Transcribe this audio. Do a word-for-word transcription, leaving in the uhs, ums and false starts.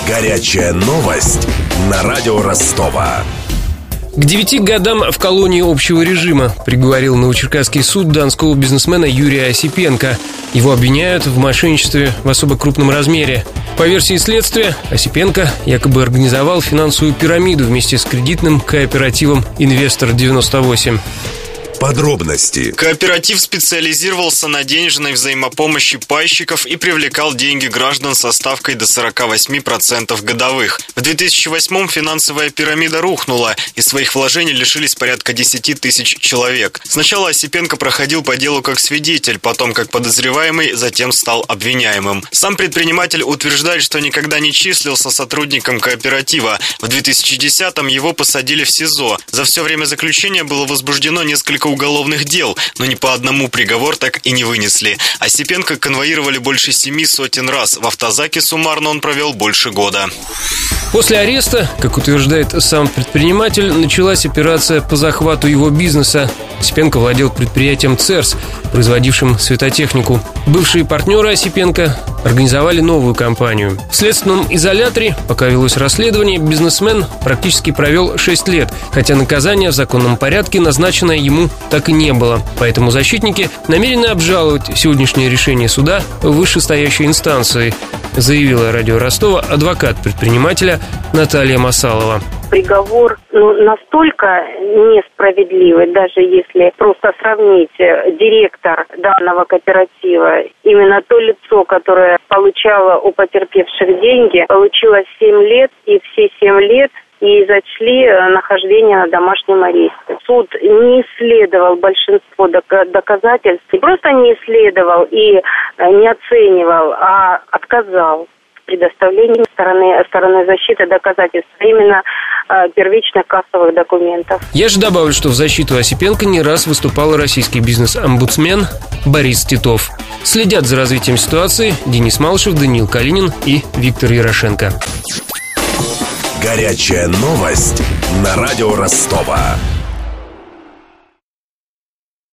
Горячая новость на радио Ростова. К девяти годам в колонии общего режима приговорил Новочеркасский суд донского бизнесмена Юрия Осипенко. Его обвиняют в мошенничестве в особо крупном размере. По версии следствия, Осипенко якобы организовал финансовую пирамиду вместе с кредитным кооперативом «Инвестор девяносто восемь». Подробности. Кооператив специализировался на денежной взаимопомощи пайщиков и привлекал деньги граждан со ставкой до сорок восемь процентов годовых. В две тысячи восьмом финансовая пирамида рухнула, и своих вложений лишились порядка десять тысяч человек. Сначала Осипенко проходил по делу как свидетель, потом как подозреваемый, затем стал обвиняемым. Сам предприниматель утверждает, что никогда не числился сотрудником кооператива. В две тысячи десятом его посадили в СИЗО. За все время заключения было возбуждено несколько уголовных дел, но ни по одному приговор так и не вынесли. Осипенко конвоировали больше семи сотен раз. В автозаке суммарно он провел больше года. После ареста, как утверждает сам предприниматель, началась операция по захвату его бизнеса. Осипенко владел предприятием «Церс», производившим светотехнику. Бывшие партнеры Осипенко организовали новую компанию. В следственном изоляторе, пока велось расследование, бизнесмен практически провел шесть лет, хотя наказание в законном порядке назначенное ему так и не было. Поэтому защитники намерены обжаловать сегодняшнее решение суда в вышестоящей инстанции, заявила радио Ростова адвокат предпринимателя Наталья Масалова. Приговор ну, настолько несправедливый, даже если просто сравнить директор данного кооператива, именно то лицо, которое получало у потерпевших деньги, получило семь лет, и все семь лет и зачли нахождение на домашнем аресте. Суд не исследовал большинство доказательств, просто не исследовал и не оценивал, а отказал в предоставлении стороны, стороны защиты доказательств, именно э, первичных кассовых документов. Я же добавлю, что в защиту Осипенко не раз выступал российский бизнес-омбудсмен Борис Титов. Следят за развитием ситуации Денис Малышев, Даниил Калинин и Виктор Ярошенко. Горячая новость на радио Ростова.